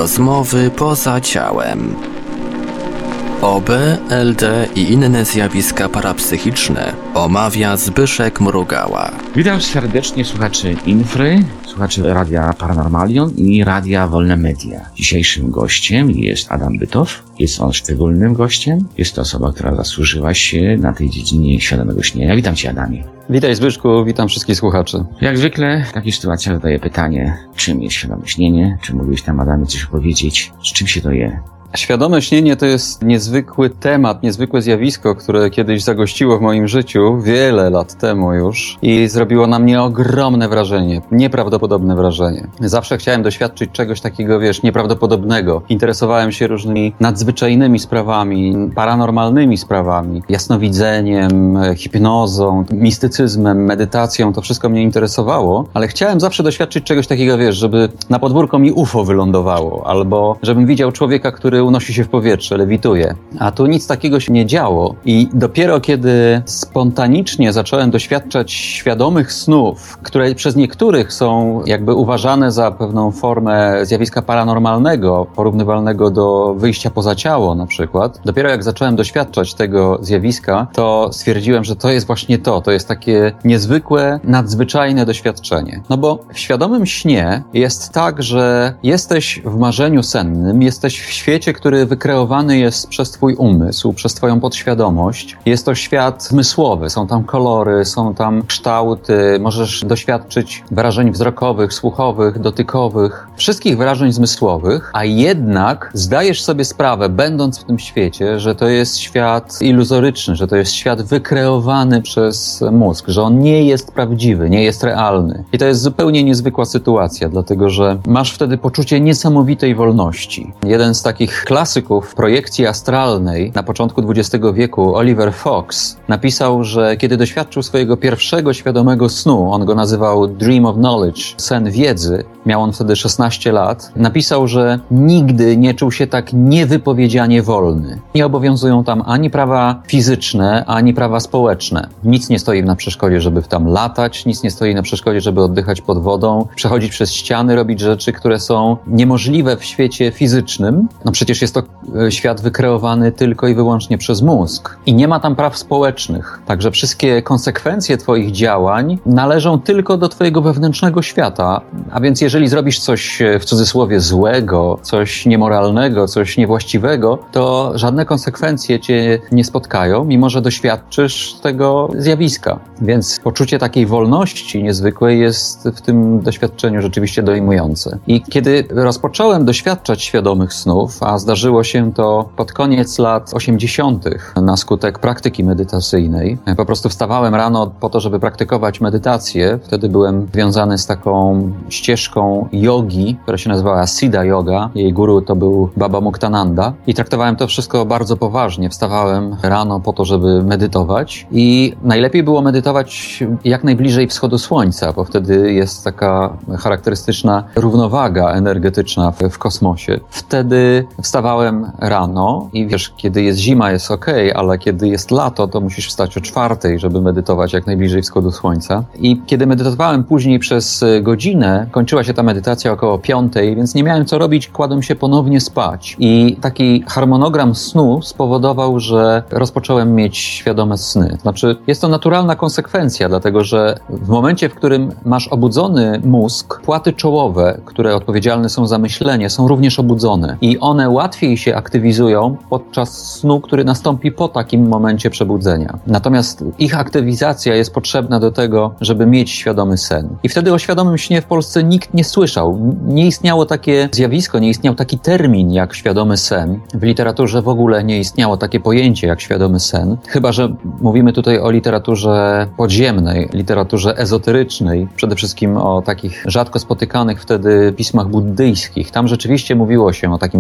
Rozmowy poza ciałem. OB, LD i inne zjawiska parapsychiczne omawia Zbyszek Mrugała. Witam serdecznie słuchaczy Infry, słuchaczy Radia Paranormalion i Radia Wolne Media. Dzisiejszym gościem jest Adam Bytow. Jest on szczególnym gościem. Jest to osoba, która zasłużyła się na tej dziedzinie świadomego śnienia. Witam Cię, Adamie. Witaj, Zbyszku, witam wszystkich słuchaczy. Jak zwykle w takich sytuacjach zadaję pytanie, czym jest świadome śnienie? Czy mógłbyś tam, Adamie, coś powiedzieć? Z czym się to je? Świadome śnienie to jest niezwykły temat, niezwykłe zjawisko, które kiedyś zagościło w moim życiu wiele lat temu już i zrobiło na mnie ogromne wrażenie, nieprawdopodobne wrażenie. Zawsze chciałem doświadczyć czegoś takiego, nieprawdopodobnego. Interesowałem się różnymi nadzwyczajnymi sprawami, paranormalnymi sprawami, jasnowidzeniem, hipnozą, mistycyzmem, medytacją, to wszystko mnie interesowało, ale chciałem zawsze doświadczyć czegoś takiego, żeby na podwórko mi UFO wylądowało, albo żebym widział człowieka, który unosi się w powietrze, lewituje. A tu nic takiego się nie działo i dopiero kiedy spontanicznie zacząłem doświadczać świadomych snów, które przez niektórych są jakby uważane za pewną formę zjawiska paranormalnego, porównywalnego do wyjścia poza ciało na przykład, dopiero jak zacząłem doświadczać tego zjawiska, to stwierdziłem, że to jest właśnie to jest takie niezwykłe, nadzwyczajne doświadczenie. No bo w świadomym śnie jest tak, że jesteś w marzeniu sennym, jesteś w świecie, który wykreowany jest przez twój umysł, przez twoją podświadomość. Jest to świat zmysłowy, są tam kolory, są tam kształty, możesz doświadczyć wrażeń wzrokowych, słuchowych, dotykowych, wszystkich wrażeń zmysłowych, a jednak zdajesz sobie sprawę, będąc w tym świecie, że to jest świat iluzoryczny, że to jest świat wykreowany przez mózg, że on nie jest prawdziwy, nie jest realny. I to jest zupełnie niezwykła sytuacja, dlatego że masz wtedy poczucie niesamowitej wolności. Jeden z takich klasyków projekcji astralnej na początku XX wieku, Oliver Fox, napisał, że kiedy doświadczył swojego pierwszego świadomego snu, on go nazywał Dream of Knowledge, sen wiedzy, miał on wtedy 16 lat, napisał, że nigdy nie czuł się tak niewypowiedzianie wolny. Nie obowiązują tam ani prawa fizyczne, ani prawa społeczne. Nic nie stoi na przeszkodzie, żeby tam latać, nic nie stoi na przeszkodzie, żeby oddychać pod wodą, przechodzić przez ściany, robić rzeczy, które są niemożliwe w świecie fizycznym. No przecież jest to świat wykreowany tylko i wyłącznie przez mózg. I nie ma tam praw społecznych. Także wszystkie konsekwencje twoich działań należą tylko do twojego wewnętrznego świata. A więc jeżeli zrobisz coś w cudzysłowie złego, coś niemoralnego, coś niewłaściwego, to żadne konsekwencje cię nie spotkają, mimo że doświadczysz tego zjawiska. Więc poczucie takiej wolności niezwykłej jest w tym doświadczeniu rzeczywiście dojmujące. I kiedy rozpocząłem doświadczać świadomych snów, a zdarzyło się to pod koniec lat 80. na skutek praktyki medytacyjnej. Po prostu wstawałem rano po to, żeby praktykować medytację. Wtedy byłem związany z taką ścieżką jogi, która się nazywała Siddha Yoga. Jej guru to był Baba Muktananda. I traktowałem to wszystko bardzo poważnie. Wstawałem rano po to, żeby medytować. I najlepiej było medytować jak najbliżej wschodu słońca, bo wtedy jest taka charakterystyczna równowaga energetyczna w kosmosie. Wtedy wstawałem rano i kiedy jest zima, jest okej, ale kiedy jest lato, to musisz wstać o 4:00, żeby medytować jak najbliżej wschodu słońca. I kiedy medytowałem później przez godzinę, kończyła się ta medytacja około 5:00, więc nie miałem co robić, kładłem się ponownie spać. I taki harmonogram snu spowodował, że rozpocząłem mieć świadome sny. Znaczy, jest to naturalna konsekwencja, dlatego że w momencie, w którym masz obudzony mózg, płaty czołowe, które odpowiedzialne są za myślenie, są również obudzone. I one łatwiej się aktywizują podczas snu, który nastąpi po takim momencie przebudzenia. Natomiast ich aktywizacja jest potrzebna do tego, żeby mieć świadomy sen. I wtedy o świadomym śnie w Polsce nikt nie słyszał. Nie istniało takie zjawisko, nie istniał taki termin jak świadomy sen. W literaturze w ogóle nie istniało takie pojęcie jak świadomy sen. Chyba że mówimy tutaj o literaturze podziemnej, literaturze ezoterycznej, przede wszystkim o takich rzadko spotykanych wtedy pismach buddyjskich. Tam rzeczywiście mówiło się o takim zjawisku jak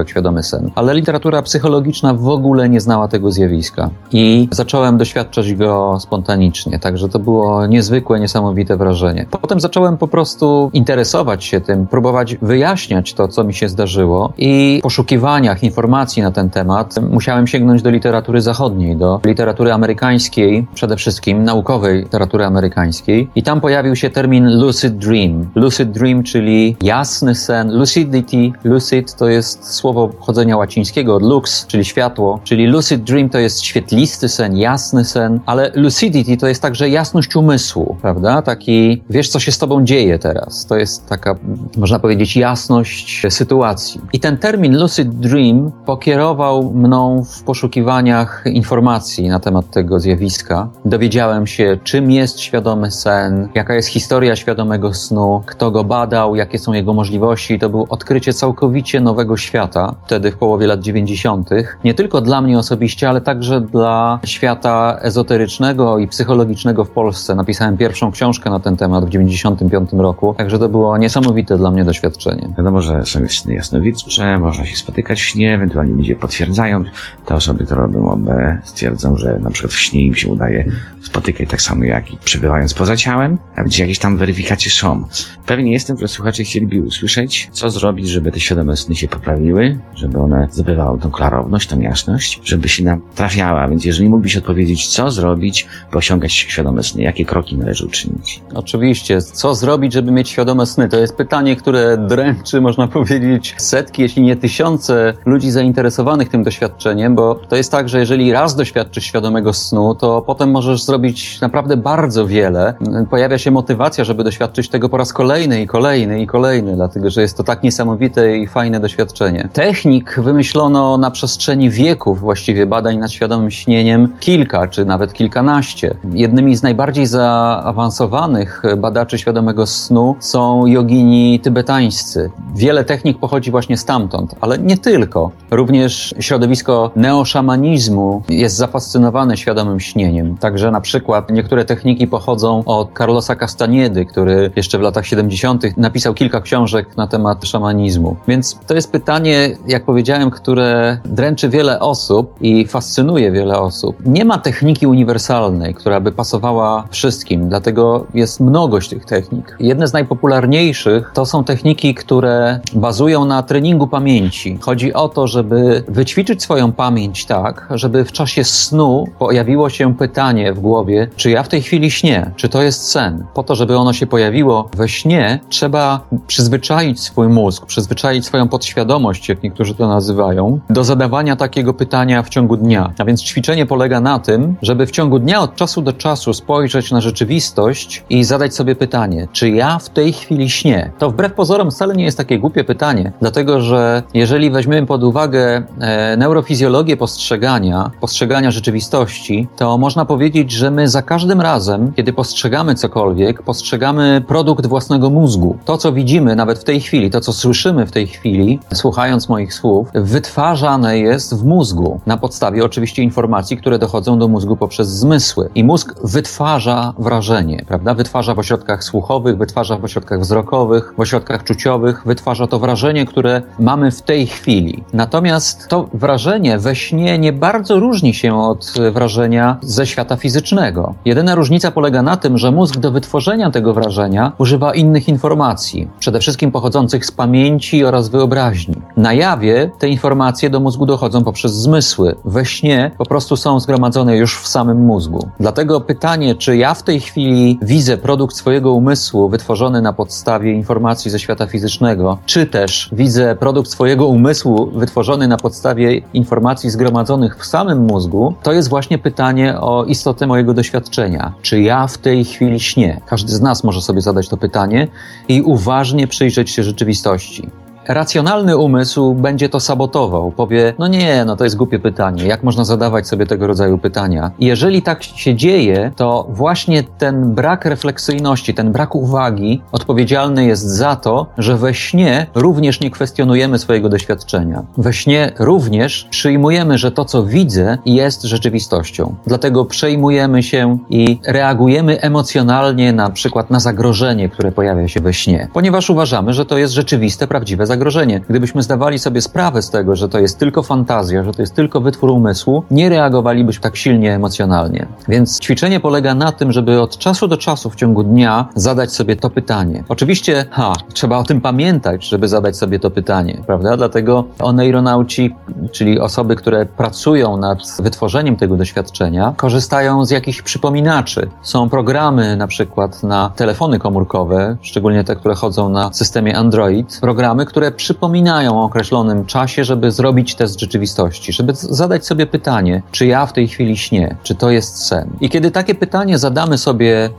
jak świadomy sen. Ale literatura psychologiczna w ogóle nie znała tego zjawiska. I zacząłem doświadczać go spontanicznie, także to było niezwykłe, niesamowite wrażenie. Potem zacząłem po prostu interesować się tym, próbować wyjaśniać to, co mi się zdarzyło i w poszukiwaniach informacji na ten temat musiałem sięgnąć do literatury zachodniej, do literatury amerykańskiej, przede wszystkim naukowej literatury amerykańskiej i tam pojawił się termin lucid dream. Lucid dream, czyli jasny sen. Lucidity, lucid to jest słowo pochodzenia łacińskiego od lux, czyli światło, czyli lucid dream to jest świetlisty sen, jasny sen, ale lucidity to jest także jasność umysłu, prawda? Taki, wiesz, co się z tobą dzieje teraz. To jest taka, można powiedzieć, jasność sytuacji. I ten termin lucid dream pokierował mną w poszukiwaniach informacji na temat tego zjawiska. Dowiedziałem się, czym jest świadomy sen, jaka jest historia świadomego snu, kto go badał, jakie są jego możliwości. To było odkrycie całkowicie nowego świata, wtedy w połowie lat 90. Nie tylko dla mnie osobiście, ale także dla świata ezoterycznego i psychologicznego w Polsce. Napisałem pierwszą książkę na ten temat w 95 roku, także to było niesamowite dla mnie doświadczenie. Wiadomo, że są sny jasnowidcze, można się spotykać w śnie, ewentualnie ludzie potwierdzają. Te osoby, które robią OB, stwierdzą, że na przykład w śnie im się udaje spotykać tak samo jak i przebywając poza ciałem, a gdzie jakieś tam weryfikacje są. Pewnie jestem, że słuchacze chcieliby usłyszeć, co zrobić, żeby te świadome sny się poprawiły, żeby one zdobywały tą klarowność, tą jasność, żeby się nam trafiała. Więc jeżeli mógłbyś odpowiedzieć, co zrobić, by osiągać świadome sny, jakie kroki należy uczynić? Oczywiście. Co zrobić, żeby mieć świadome sny? To jest pytanie, które dręczy, można powiedzieć, setki, jeśli nie tysiące ludzi zainteresowanych tym doświadczeniem, bo to jest tak, że jeżeli raz doświadczysz świadomego snu, to potem możesz zrobić naprawdę bardzo wiele. Pojawia się motywacja, żeby doświadczyć tego po raz kolejny i kolejny i kolejny, dlatego że jest to tak niesamowite i fajne doświadczenie. Technik wymyślono na przestrzeni wieków właściwie badań nad świadomym śnieniem kilka, czy nawet kilkanaście. Jednymi z najbardziej zaawansowanych badaczy świadomego snu są jogini tybetańscy. Wiele technik pochodzi właśnie stamtąd, ale nie tylko. Również środowisko neoszamanizmu jest zafascynowane świadomym śnieniem. Także na przykład niektóre techniki pochodzą od Carlosa Castanedy, który jeszcze w latach 70. napisał kilka książek na temat szamanizmu. Więc to jest pytanie, jak powiedziałem, które dręczy wiele osób i fascynuje wiele osób. Nie ma techniki uniwersalnej, która by pasowała wszystkim, dlatego jest mnogość tych technik. Jedne z najpopularniejszych to są techniki, które bazują na treningu pamięci. Chodzi o to, żeby wyćwiczyć swoją pamięć tak, żeby w czasie snu pojawiło się pytanie w głowie, czy ja w tej chwili śnię, czy to jest sen. Po to, żeby ono się pojawiło we śnie, trzeba przyzwyczaić swój mózg, przyzwyczaić swoją podświadomość, jak niektórzy to nazywają, do zadawania takiego pytania w ciągu dnia. A więc ćwiczenie polega na tym, żeby w ciągu dnia od czasu do czasu spojrzeć na rzeczywistość i zadać sobie pytanie, czy ja w tej chwili śnię. To wbrew pozorom wcale nie jest takie głupie pytanie, dlatego że jeżeli weźmiemy pod uwagę neurofizjologię postrzegania rzeczywistości, to można powiedzieć, że my za każdym razem, kiedy postrzegamy cokolwiek, postrzegamy produkt własnego mózgu. To, co widzimy nawet w tej chwili, to, co słyszymy w tej chwili, słuchając moich słów, wytwarzane jest w mózgu. Na podstawie oczywiście informacji, które dochodzą do mózgu poprzez zmysły. I mózg wytwarza wrażenie, prawda? Wytwarza w ośrodkach słuchowych, wytwarza w ośrodkach wzrokowych, w ośrodkach czuciowych, wytwarza to wrażenie, które mamy w tej chwili. Natomiast to wrażenie we śnie nie bardzo różni się od wrażenia ze świata fizycznego. Jedyna różnica polega na tym, że mózg do wytworzenia tego wrażenia używa innych informacji, przede wszystkim pochodzących z pamięci oraz wyobraźni. Na jawie te informacje do mózgu dochodzą poprzez zmysły. We śnie po prostu są zgromadzone już w samym mózgu. Dlatego pytanie, czy ja w tej chwili widzę produkt swojego umysłu wytworzony na podstawie informacji ze świata fizycznego, czy też widzę produkt swojego umysłu wytworzony na podstawie informacji zgromadzonych w samym mózgu, to jest właśnie pytanie o istotę mojego doświadczenia. Czy ja w tej chwili śnię? Każdy z nas może sobie zadać to pytanie i uważnie przyjrzeć się rzeczywistości. Racjonalny umysł będzie to sabotował, powie, to jest głupie pytanie, jak można zadawać sobie tego rodzaju pytania? I jeżeli tak się dzieje, to właśnie ten brak refleksyjności, ten brak uwagi odpowiedzialny jest za to, że we śnie również nie kwestionujemy swojego doświadczenia. We śnie również przyjmujemy, że to, co widzę, jest rzeczywistością. Dlatego przejmujemy się i reagujemy emocjonalnie na przykład na zagrożenie, które pojawia się we śnie, ponieważ uważamy, że to jest rzeczywiste, prawdziwe zagrożenie. zagrożenie. Gdybyśmy zdawali sobie sprawę z tego, że to jest tylko fantazja, że to jest tylko wytwór umysłu, nie reagowalibyśmy tak silnie emocjonalnie. Więc ćwiczenie polega na tym, żeby od czasu do czasu w ciągu dnia zadać sobie to pytanie. Oczywiście, trzeba o tym pamiętać, żeby zadać sobie to pytanie, prawda? Dlatego oneironauci, czyli osoby, które pracują nad wytworzeniem tego doświadczenia, korzystają z jakichś przypominaczy. Są programy na przykład na telefony komórkowe, szczególnie te, które chodzą na systemie Android, programy, które przypominają o określonym czasie, żeby zrobić test rzeczywistości, żeby zadać sobie pytanie, czy ja w tej chwili śnię, czy to jest sen. I kiedy takie pytanie zadamy sobie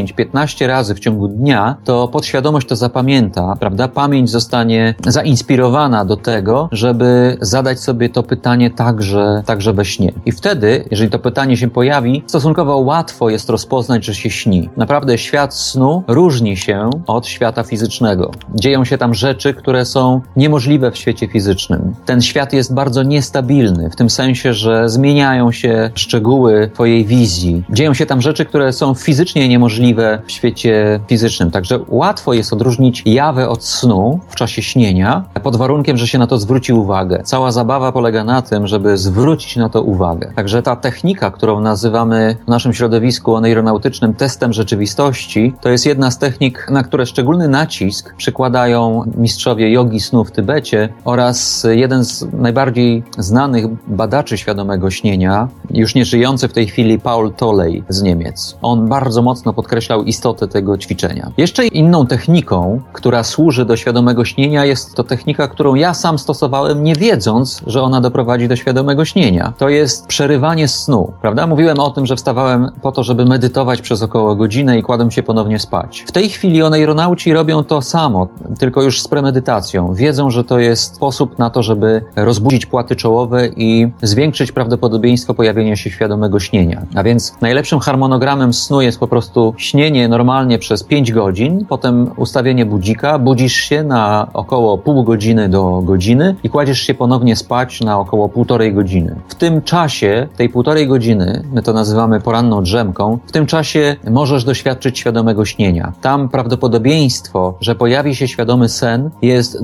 10-15 razy w ciągu dnia, to podświadomość to zapamięta, prawda? Pamięć zostanie zainspirowana do tego, żeby zadać sobie to pytanie także we śnie. I wtedy, jeżeli to pytanie się pojawi, stosunkowo łatwo jest rozpoznać, że się śni. Naprawdę świat snu różni się od świata fizycznego. Dzieją się tam rzeczy, które są niemożliwe w świecie fizycznym. Ten świat jest bardzo niestabilny, w tym sensie, że zmieniają się szczegóły twojej wizji. Dzieją się tam rzeczy, które są fizycznie niemożliwe w świecie fizycznym. Także łatwo jest odróżnić jawę od snu w czasie śnienia, pod warunkiem, że się na to zwróci uwagę. Cała zabawa polega na tym, żeby zwrócić na to uwagę. Także ta technika, którą nazywamy w naszym środowisku oneironautycznym testem rzeczywistości, to jest jedna z technik, na które szczególny nacisk przykładają mistrzowie jogi snu w Tybecie oraz jeden z najbardziej znanych badaczy świadomego śnienia, już nie żyjący w tej chwili Paul Tolley z Niemiec. On bardzo mocno podkreślał istotę tego ćwiczenia. Jeszcze inną techniką, która służy do świadomego śnienia, jest to technika, którą ja sam stosowałem, nie wiedząc, że ona doprowadzi do świadomego śnienia. To jest przerywanie snu, prawda? Mówiłem o tym, że wstawałem po to, żeby medytować przez około godzinę i kładłem się ponownie spać. W tej chwili oneironauci robią to samo, tylko już z premedytacją. Wiedzą, że to jest sposób na to, żeby rozbudzić płaty czołowe i zwiększyć prawdopodobieństwo pojawienia się świadomego śnienia. A więc najlepszym harmonogramem snu jest po prostu śnienie normalnie przez 5 godzin, potem ustawienie budzika, budzisz się na około pół godziny do godziny i kładziesz się ponownie spać na około 1,5 godziny. W tym czasie, tej 1,5 godziny, my to nazywamy poranną drzemką, w tym czasie możesz doświadczyć świadomego śnienia. Tam prawdopodobieństwo, że pojawi się świadomy sen, jest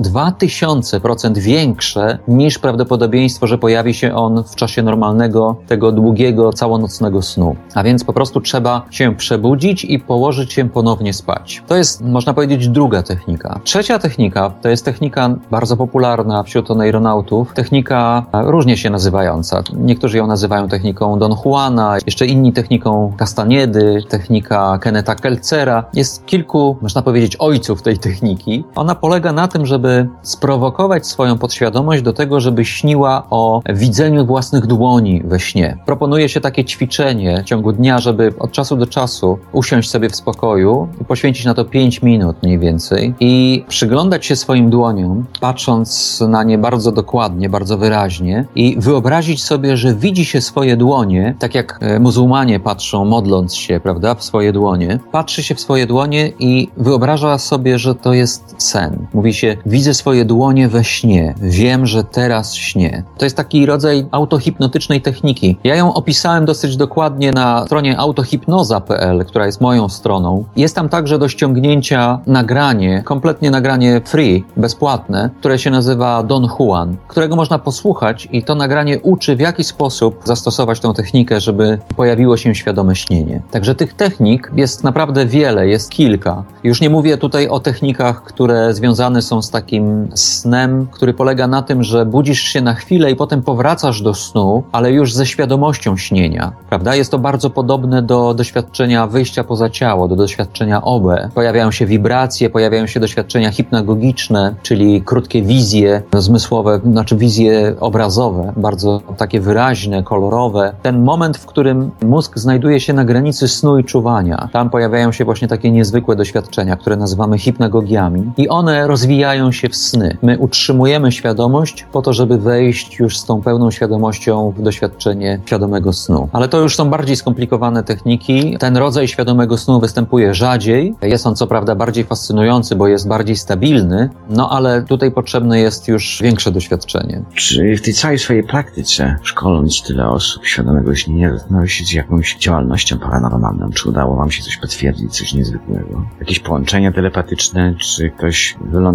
2000% większe niż prawdopodobieństwo, że pojawi się on w czasie normalnego, tego długiego, całonocnego snu. A więc po prostu trzeba się przebudzić i położyć się ponownie spać. To jest, można powiedzieć, druga technika. Trzecia technika to jest technika bardzo popularna wśród oneironautów, technika różnie się nazywająca. Niektórzy ją nazywają techniką Don Juana, jeszcze inni techniką Castaniedy, technika Kennetha Kelcera. Jest kilku, można powiedzieć, ojców tej techniki. Ona polega na tym, żeby sprowokować swoją podświadomość do tego, żeby śniła o widzeniu własnych dłoni we śnie. Proponuje się takie ćwiczenie w ciągu dnia, żeby od czasu do czasu usiąść sobie w spokoju i poświęcić na to 5 minut mniej więcej i przyglądać się swoim dłoniom, patrząc na nie bardzo dokładnie, bardzo wyraźnie i wyobrazić sobie, że widzi się swoje dłonie, tak jak muzułmanie patrzą, modląc się, prawda, w swoje dłonie. Patrzy się w swoje dłonie i wyobraża sobie, że to jest sen. Mówi się, widzę swoje dłonie we śnie, wiem, że teraz śnię. To jest taki rodzaj autohipnotycznej techniki. Ja ją opisałem dosyć dokładnie na stronie autohipnoza.pl, która jest moją stroną. Jest tam także do ściągnięcia nagranie, kompletnie nagranie free, bezpłatne, które się nazywa Don Juan, którego można posłuchać i to nagranie uczy, w jaki sposób zastosować tą technikę, żeby pojawiło się świadome śnienie. Także tych technik jest naprawdę wiele, jest kilka. Już nie mówię tutaj o technikach, które związane są z takim snem, który polega na tym, że budzisz się na chwilę i potem powracasz do snu, ale już ze świadomością śnienia, prawda? Jest to bardzo podobne do doświadczenia wyjścia poza ciało, do doświadczenia OB. Pojawiają się wibracje, pojawiają się doświadczenia hipnagogiczne, czyli krótkie wizje zmysłowe, znaczy wizje obrazowe, bardzo takie wyraźne, kolorowe. Ten moment, w którym mózg znajduje się na granicy snu i czuwania. Tam pojawiają się właśnie takie niezwykłe doświadczenia, które nazywamy hipnagogiami i one rozwijają się w sny. My utrzymujemy świadomość po to, żeby wejść już z tą pełną świadomością w doświadczenie świadomego snu. Ale to już są bardziej skomplikowane techniki. Ten rodzaj świadomego snu występuje rzadziej. Jest on co prawda bardziej fascynujący, bo jest bardziej stabilny, no ale tutaj potrzebne jest już większe doświadczenie. Czy w tej całej swojej praktyce, szkoląc tyle osób świadomego śnienia, zastanawiałeś się z jakąś działalnością paranormalną? Czy udało wam się coś potwierdzić, coś niezwykłego? Jakieś połączenia telepatyczne? Czy ktoś wylądował w śnie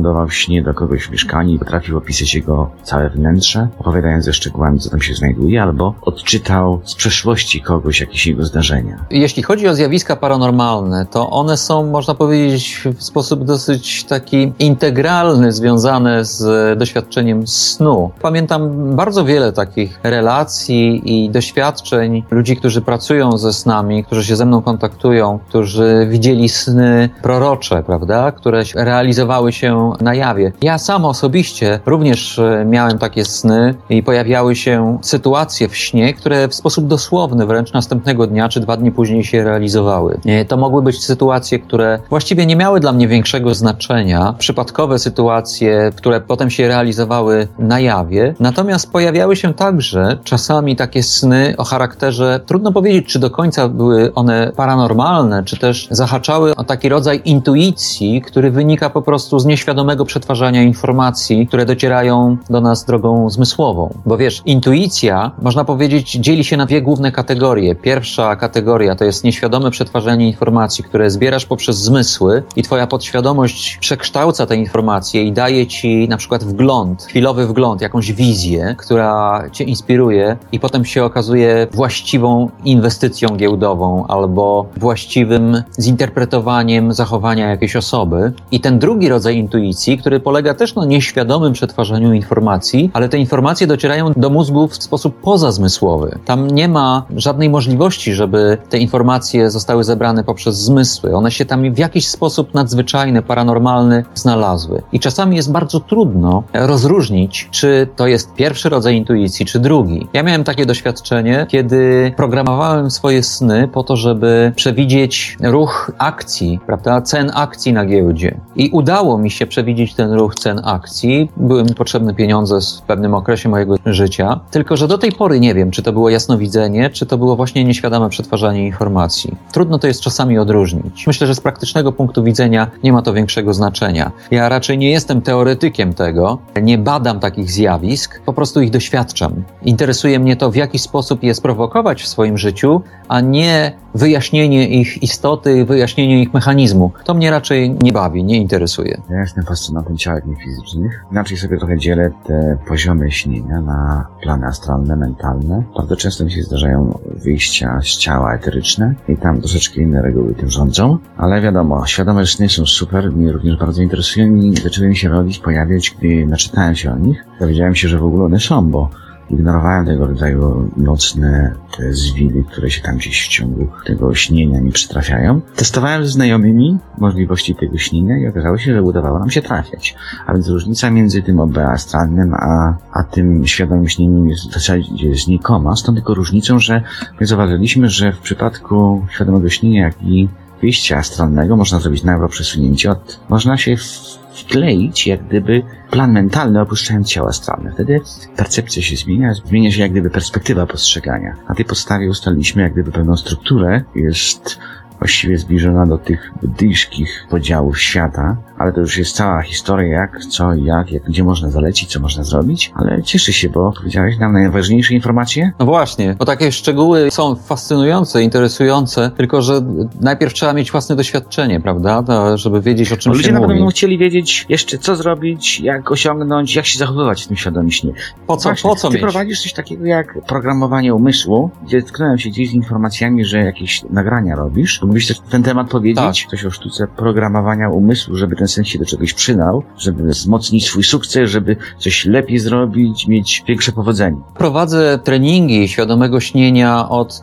śnie do kogoś w mieszkaniu i potrafił opisać jego całe wnętrze, opowiadając ze szczegółami, co tam się znajduje, albo odczytał z przeszłości kogoś jakieś jego zdarzenia. Jeśli chodzi o zjawiska paranormalne, to one są, można powiedzieć, w sposób dosyć taki integralny, związane z doświadczeniem snu. Pamiętam bardzo wiele takich relacji i doświadczeń ludzi, którzy pracują ze snami, którzy się ze mną kontaktują, którzy widzieli sny prorocze, prawda, które realizowały się na jawie. Ja sam osobiście również miałem takie sny i pojawiały się sytuacje w śnie, które w sposób dosłowny wręcz następnego dnia czy 2 dni później się realizowały. To mogły być sytuacje, które właściwie nie miały dla mnie większego znaczenia, przypadkowe sytuacje, które potem się realizowały na jawie, natomiast pojawiały się także czasami takie sny o charakterze, trudno powiedzieć, czy do końca były one paranormalne, czy też zahaczały o taki rodzaj intuicji, który wynika po prostu z nieświadomego przetwarzania informacji, które docierają do nas drogą zmysłową. Bo wiesz, intuicja, można powiedzieć, dzieli się na 2 główne kategorie. Pierwsza kategoria to jest nieświadome przetwarzanie informacji, które zbierasz poprzez zmysły i twoja podświadomość przekształca te informacje i daje ci na przykład wgląd, chwilowy wgląd, jakąś wizję, która cię inspiruje i potem się okazuje właściwą inwestycją giełdową albo właściwym zinterpretowaniem zachowania jakiejś osoby. I ten drugi rodzaj intuicji, który polega też na nieświadomym przetwarzaniu informacji, ale te informacje docierają do mózgu w sposób pozazmysłowy. Tam nie ma żadnej możliwości, żeby te informacje zostały zebrane poprzez zmysły. One się tam w jakiś sposób nadzwyczajny, paranormalny znalazły. I czasami jest bardzo trudno rozróżnić, czy to jest pierwszy rodzaj intuicji, czy drugi. Ja miałem takie doświadczenie, kiedy programowałem swoje sny po to, żeby przewidzieć ruch akcji, prawda, cen akcji na giełdzie. I udało mi się przewidzieć ten ruch cen akcji. Były mi potrzebne pieniądze w pewnym okresie mojego życia. Tylko że do tej pory nie wiem, czy to było jasnowidzenie, czy to było właśnie nieświadome przetwarzanie informacji. Trudno to jest czasami odróżnić. Myślę, że z praktycznego punktu widzenia nie ma to większego znaczenia. Ja raczej nie jestem teoretykiem tego, nie badam takich zjawisk, po prostu ich doświadczam. Interesuje mnie to, w jaki sposób je sprowokować w swoim życiu, a nie wyjaśnienie ich istoty, wyjaśnienie ich mechanizmu. To mnie raczej nie bawi, nie interesuje. Ja jestem fascynatem ciałek niefizycznych. Inaczej sobie trochę dzielę te poziomy śnienia na plany astralne, mentalne. Bardzo często mi się zdarzają wyjścia z ciała eteryczne i tam troszeczkę inne reguły tym rządzą. Ale wiadomo, świadome sny są super, mnie również bardzo interesują i zaczęły mi się pojawiać, gdy naczytałem się o nich. Dowiedziałem się, że w ogóle one są, bo ignorowałem tego rodzaju nocne te zwidy, które się tam gdzieś w ciągu tego śnienia mi przytrafiają. Testowałem ze znajomymi możliwości tego śnienia i okazało się, że udawało nam się trafiać. A więc różnica między tym OB astralnym, a tym świadomym śnieniem jest w zasadzie znikoma. Z tą tylko różnicą, że my zauważyliśmy, że w przypadku świadomego śnienia, jak i wyjścia astralnego można zrobić nagłe przesunięcie. Można się wkleić jak gdyby plan mentalny, opuszczając ciało astralne. Wtedy percepcja się zmienia się jak gdyby perspektywa postrzegania. Na tej podstawie ustaliliśmy jak gdyby pewną strukturę, jest właściwie zbliżona do tych buddyjskich podziałów świata, ale to już jest cała historia, jak, co, jak, gdzie można zalecić, co można zrobić, ale cieszę się, bo powiedziałeś nam najważniejsze informacje. No właśnie, bo takie szczegóły są fascynujące, interesujące, tylko że najpierw trzeba mieć własne doświadczenie, prawda, żeby wiedzieć, o czym się ludzie mówi. Ludzie będą chcieli wiedzieć jeszcze, co zrobić, jak osiągnąć, jak się zachowywać w tym świadomym śnie. Po co Ty mieć? prowadzisz coś takiego jak programowanie umysłu, gdzie tknąłem się gdzieś z informacjami, że jakieś nagrania robisz. Mógłbyś też ten temat powiedzieć? Tak. Coś o sztuce programowania umysłu, żeby ten sen się do czegoś przydał, żeby wzmocnić swój sukces, żeby coś lepiej zrobić, mieć większe powodzenie. Prowadzę treningi świadomego śnienia od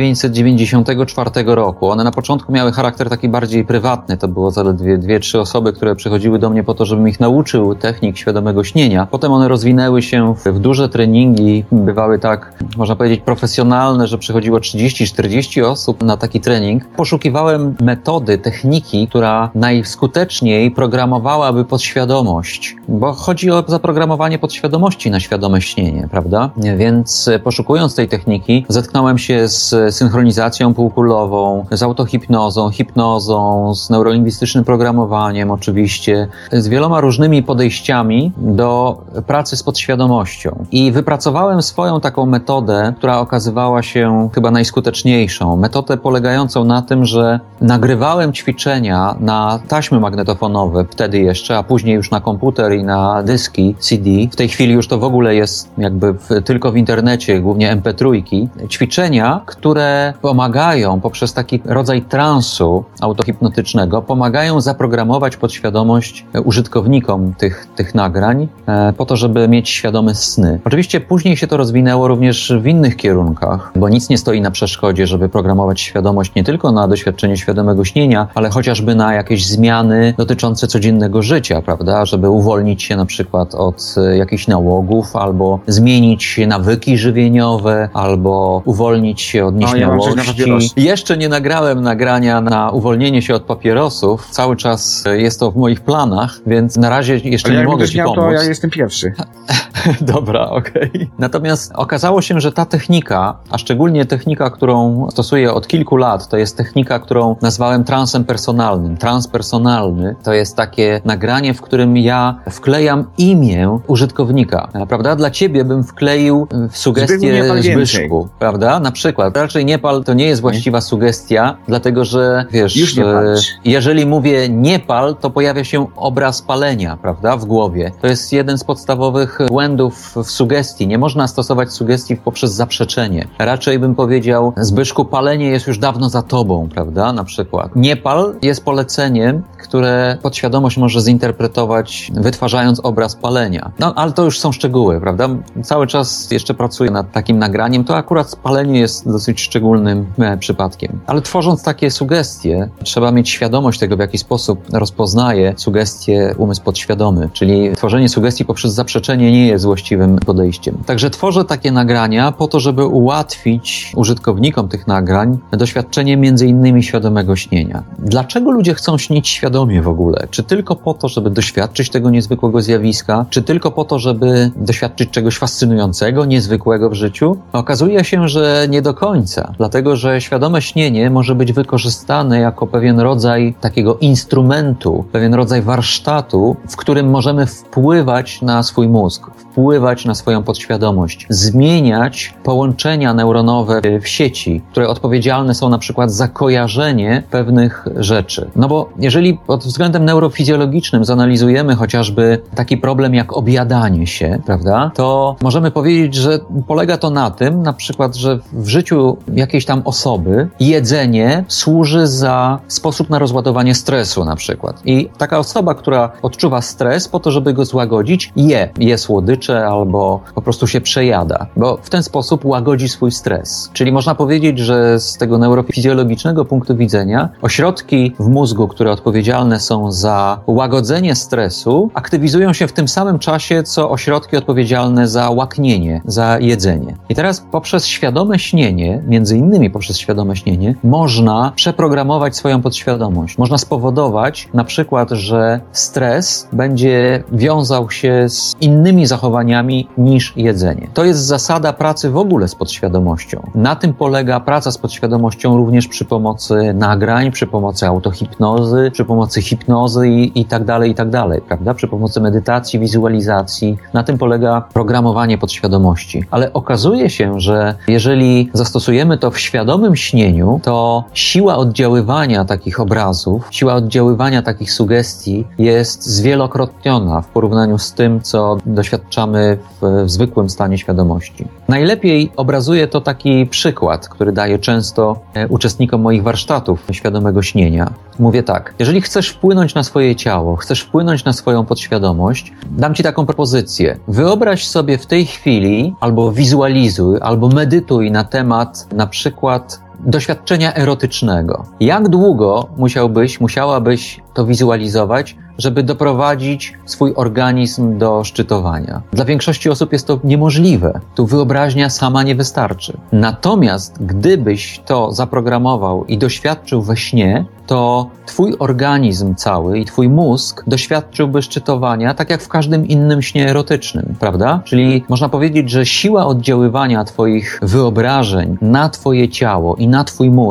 1994 roku. One na początku miały charakter taki bardziej prywatny. To było zaledwie 2-3 osoby, które przychodziły do mnie po to, żebym ich nauczył technik świadomego śnienia. Potem one rozwinęły się w duże treningi. Bywały tak, można powiedzieć, profesjonalne, że przychodziło 30-40 osób na taki trening. Poszukiwałem metody, techniki, która najskuteczniej programowałaby podświadomość, bo chodzi o zaprogramowanie podświadomości na świadome śnienie, prawda? Więc poszukując tej techniki, zetknąłem się z synchronizacją półkulową, z autohipnozą, hipnozą, z neurolingwistycznym programowaniem oczywiście, z wieloma różnymi podejściami do pracy z podświadomością. I wypracowałem swoją taką metodę, która okazywała się chyba najskuteczniejszą. Metodę polegającą na tym, że nagrywałem ćwiczenia na taśmy magnetofonowe, wtedy jeszcze, a później już na komputer i na dyski CD. W tej chwili już to w ogóle jest jakby tylko w internecie, głównie MP3. Ćwiczenia, które pomagają poprzez taki rodzaj transu autohipnotycznego, pomagają zaprogramować podświadomość użytkownikom tych nagrań po to, żeby mieć świadome sny. Oczywiście później się to rozwinęło również w innych kierunkach, bo nic nie stoi na przeszkodzie, żeby programować świadomość nie tylko na doświadczenie świadomego śnienia, ale chociażby na jakieś zmiany dotyczące codziennego życia, prawda? Żeby uwolnić się na przykład od jakichś nałogów, albo zmienić nawyki żywieniowe, albo uwolnić się od nieśmiałości. Jeszcze nie nagrałem nagrania na uwolnienie się od papierosów. Cały czas jest to w moich planach, więc na razie jeszcze nie mogę ci pomóc. To ja jestem pierwszy. Dobra, okej. Natomiast okazało się, że ta technika, a szczególnie technika, którą stosuję od kilku lat, to jest technika, którą nazwałem transem personalnym. Transpersonalny to jest takie nagranie, w którym ja wklejam imię użytkownika, prawda? Dla ciebie bym wkleił w sugestię Zbyszku, prawda? Na przykład. Raczej nie pal to nie jest właściwa sugestia, dlatego że, wiesz, jeżeli mówię nie pal, to pojawia się obraz palenia, prawda? W głowie. To jest jeden z podstawowych błędów w sugestii. Nie można stosować sugestii poprzez zaprzeczenie. Raczej bym powiedział, Zbyszku, palenie jest już dawno za tobą, prawda? Na przykład. Nie pal jest poleceniem, które podświadomość może zinterpretować, wytwarzając obraz palenia. No, ale to już są szczegóły, prawda? Cały czas jeszcze pracuję nad takim nagraniem. To akurat palenie jest dosyć szczególnym przypadkiem. Ale tworząc takie sugestie, trzeba mieć świadomość tego, w jaki sposób rozpoznaje sugestie umysł podświadomy. Czyli tworzenie sugestii poprzez zaprzeczenie nie jest właściwym podejściem. Także tworzę takie nagrania po to, żeby ułatwić użytkownikom tych nagrań doświadczenie między innymi świadomego śnienia. Dlaczego ludzie chcą śnić świadomie w ogóle? Czy tylko po to, żeby doświadczyć tego niezwykłego zjawiska? Czy tylko po to, żeby doświadczyć czegoś fascynującego, niezwykłego w życiu? Okazuje się, że nie do końca. Dlatego, że świadome śnienie może być wykorzystane jako pewien rodzaj takiego instrumentu, pewien rodzaj warsztatu, w którym możemy wpływać na swój mózg, wpływać na swoją podświadomość, zmieniać połączenia neuronowe w sieci, które odpowiedzialne są na przykład za kojarzenie pewnych rzeczy. No bo jeżeli pod względem neurofizjologicznym zanalizujemy chociażby taki problem jak objadanie się, prawda, to możemy powiedzieć, że polega to na tym, na przykład, że w życiu jakiejś tam osoby jedzenie służy za sposób na rozładowanie stresu na przykład. I taka osoba, która odczuwa stres po to, żeby go złagodzić, je słodycze albo po prostu się przejada, bo w ten sposób łagodzi swój stres. Czyli można powiedzieć, że z tego neurofizjologicznego punktu widzenia ośrodki w mózgu, które odpowiedzialne są za łagodzenie stresu, aktywizują się w tym samym czasie, co ośrodki odpowiedzialne za łaknienie, za jedzenie. I teraz poprzez świadome śnienie, między innymi poprzez świadome śnienie, można przeprogramować swoją podświadomość. Można spowodować na przykład, że stres będzie wiązał się z innymi zachowaniami niż jedzenie. To jest zasada pracy w ogóle z podświadomością. Na tym polega praca z podświadomością również przy pomocy nagrań, przy pomocy autohipnozy, przy pomocy hipnozy i tak dalej, prawda? Przy pomocy medytacji, wizualizacji. Na tym polega programowanie podświadomości. Ale okazuje się, że jeżeli zastosujemy to w świadomym śnieniu, to siła oddziaływania takich obrazów, siła oddziaływania takich sugestii jest zwielokrotniona w porównaniu z tym, co doświadczamy w zwykłym stanie świadomości. Najlepiej obrazuje to taki przykład, który daję często uczestnikom moich warsztatów świadomego śnienia. Mówię tak, jeżeli chcesz wpłynąć na swoje ciało, chcesz wpłynąć na swoją podświadomość, dam ci taką propozycję. Wyobraź sobie w tej chwili, albo wizualizuj, albo medytuj na temat na przykład doświadczenia erotycznego. Jak długo musiałabyś to wizualizować, żeby doprowadzić swój organizm do szczytowania? Dla większości osób jest to niemożliwe. Tu wyobraźnia sama nie wystarczy. Natomiast gdybyś to zaprogramował i doświadczył we śnie, to twój organizm cały i twój mózg doświadczyłby szczytowania tak jak w każdym innym śnie erotycznym, prawda? Czyli można powiedzieć, że siła oddziaływania twoich wyobrażeń na twoje ciało i na twój mózg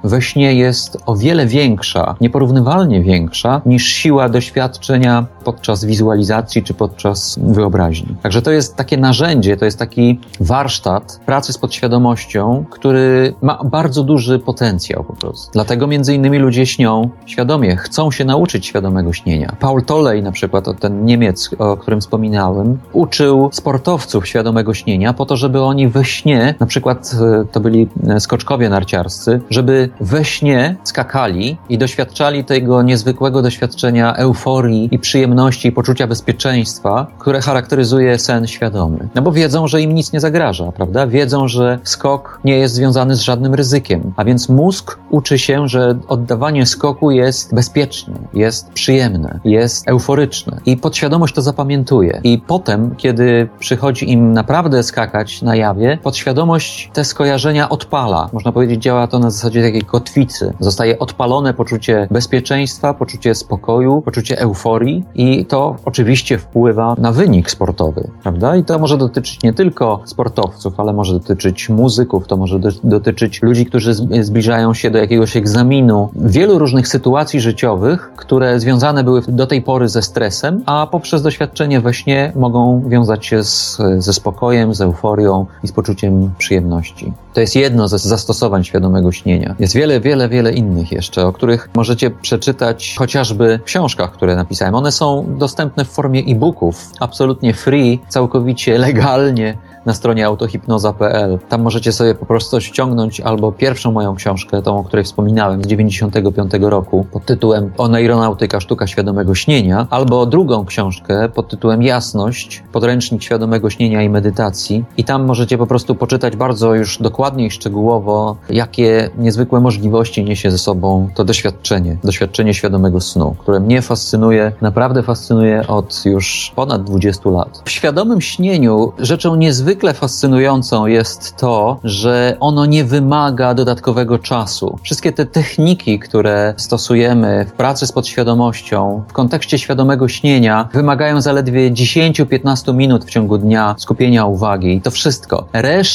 we śnie jest o wiele większa, nieporównywalnie większa niż siła doświadczenia podczas wizualizacji czy podczas wyobraźni. Także to jest takie narzędzie, to jest taki warsztat pracy z podświadomością, który ma bardzo duży potencjał po prostu. Dlatego między innymi ludzie śnią świadomie, chcą się nauczyć świadomego śnienia. Paul Tolley na przykład, ten Niemiec, o którym wspominałem, uczył sportowców świadomego śnienia po to, żeby oni we śnie, na przykład to byli skoczkowie narciarscy, żeby we śnie skakali i doświadczali tego niezwykłego doświadczenia euforii i przyjemności i poczucia bezpieczeństwa, które charakteryzuje sen świadomy. No bo wiedzą, że im nic nie zagraża, prawda? Wiedzą, że skok nie jest związany z żadnym ryzykiem, a więc mózg uczy się, że oddawanie skoku jest bezpieczne, jest przyjemne, jest euforyczne i podświadomość to zapamiętuje. I potem, kiedy przychodzi im naprawdę skakać na jawie, podświadomość te skojarzenia odpala. Można powiedzieć, działa to na zasadzie takiej kotwicy. Zostaje odpalone poczucie bezpieczeństwa, poczucie spokoju, poczucie euforii i to oczywiście wpływa na wynik sportowy, prawda? I to może dotyczyć nie tylko sportowców, ale może dotyczyć muzyków, to może dotyczyć ludzi, którzy zbliżają się do jakiegoś egzaminu. Wielu różnych sytuacji życiowych, które związane były do tej pory ze stresem, a poprzez doświadczenie we śnie mogą wiązać się ze spokojem, z euforią i z poczuciem przyjemności. To jest jedno ze zastosowań świadomego śnienia. Jest wiele innych jeszcze, o których możecie przeczytać chociażby w książkach, które napisałem. One są dostępne w formie e-booków, absolutnie free, całkowicie legalnie na stronie autohipnoza.pl. Tam możecie sobie po prostu ściągnąć albo pierwszą moją książkę, tą, o której wspominałem, z 95 roku, pod tytułem Oneironautyka, sztuka świadomego śnienia, albo drugą książkę pod tytułem Jasność, podręcznik świadomego śnienia i medytacji. I tam możecie po prostu poczytać bardzo już dokładnie i szczegółowo, jakie niezwykłe możliwości niesie ze sobą to doświadczenie świadomego snu, które mnie fascynuje, naprawdę fascynuje od już ponad 20 lat. W świadomym śnieniu rzeczą niezwykle fascynującą jest to, że ono nie wymaga dodatkowego czasu. Wszystkie te techniki, które stosujemy w pracy z podświadomością, w kontekście świadomego śnienia, wymagają zaledwie 10-15 minut w ciągu dnia skupienia uwagi. I to wszystko.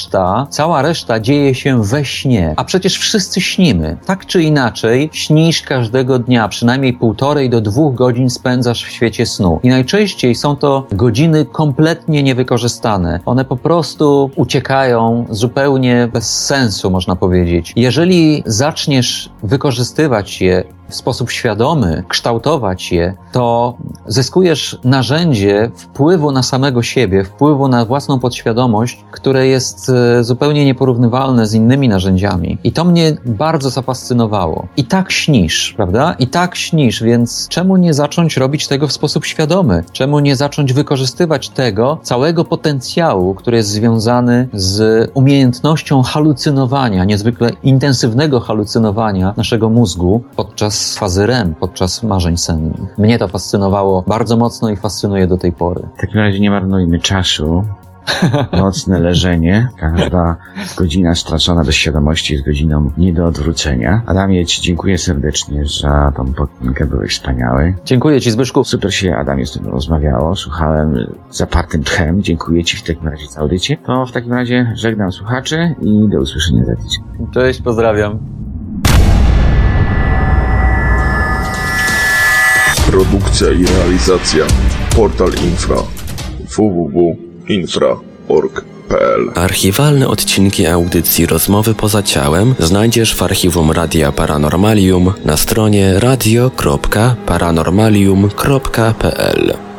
Cała reszta dzieje się we śnie. A przecież wszyscy śnimy. Tak czy inaczej, śnisz każdego dnia. Przynajmniej 1,5 do 2 godzin spędzasz w świecie snu. I najczęściej są to godziny kompletnie niewykorzystane. One po prostu uciekają zupełnie bez sensu, można powiedzieć. Jeżeli zaczniesz wykorzystywać je w sposób świadomy, kształtować je, to zyskujesz narzędzie wpływu na samego siebie, wpływu na własną podświadomość, które jest zupełnie nieporównywalne z innymi narzędziami. I to mnie bardzo zafascynowało. I tak śnisz, prawda? I tak śnisz, więc czemu nie zacząć robić tego w sposób świadomy? Czemu nie zacząć wykorzystywać tego całego potencjału, który jest związany z umiejętnością halucynowania, niezwykle intensywnego halucynowania naszego mózgu podczas fazy REM, podczas marzeń sennych. Mnie to fascynowało bardzo mocno i fascynuje do tej pory. W takim razie nie marnujmy czasu. Nocne leżenie. Każda godzina stracona bez świadomości jest godziną nie do odwrócenia. Adamie, Ci dziękuję serdecznie za tą podcinkę, byłeś wspaniały. Dziękuję Ci, Zbyszku. Super się, Adamie, z tym rozmawiało. Słuchałem zapartym tchem. Dziękuję Ci w takim razie za audycję. To w takim razie żegnam słuchaczy i do usłyszenia za tydzień. Cześć, pozdrawiam. Produkcja i realizacja Portal Infra www.infra.org.pl. Archiwalne odcinki audycji Rozmowy poza ciałem znajdziesz w archiwum Radia Paranormalium na stronie radio.paranormalium.pl.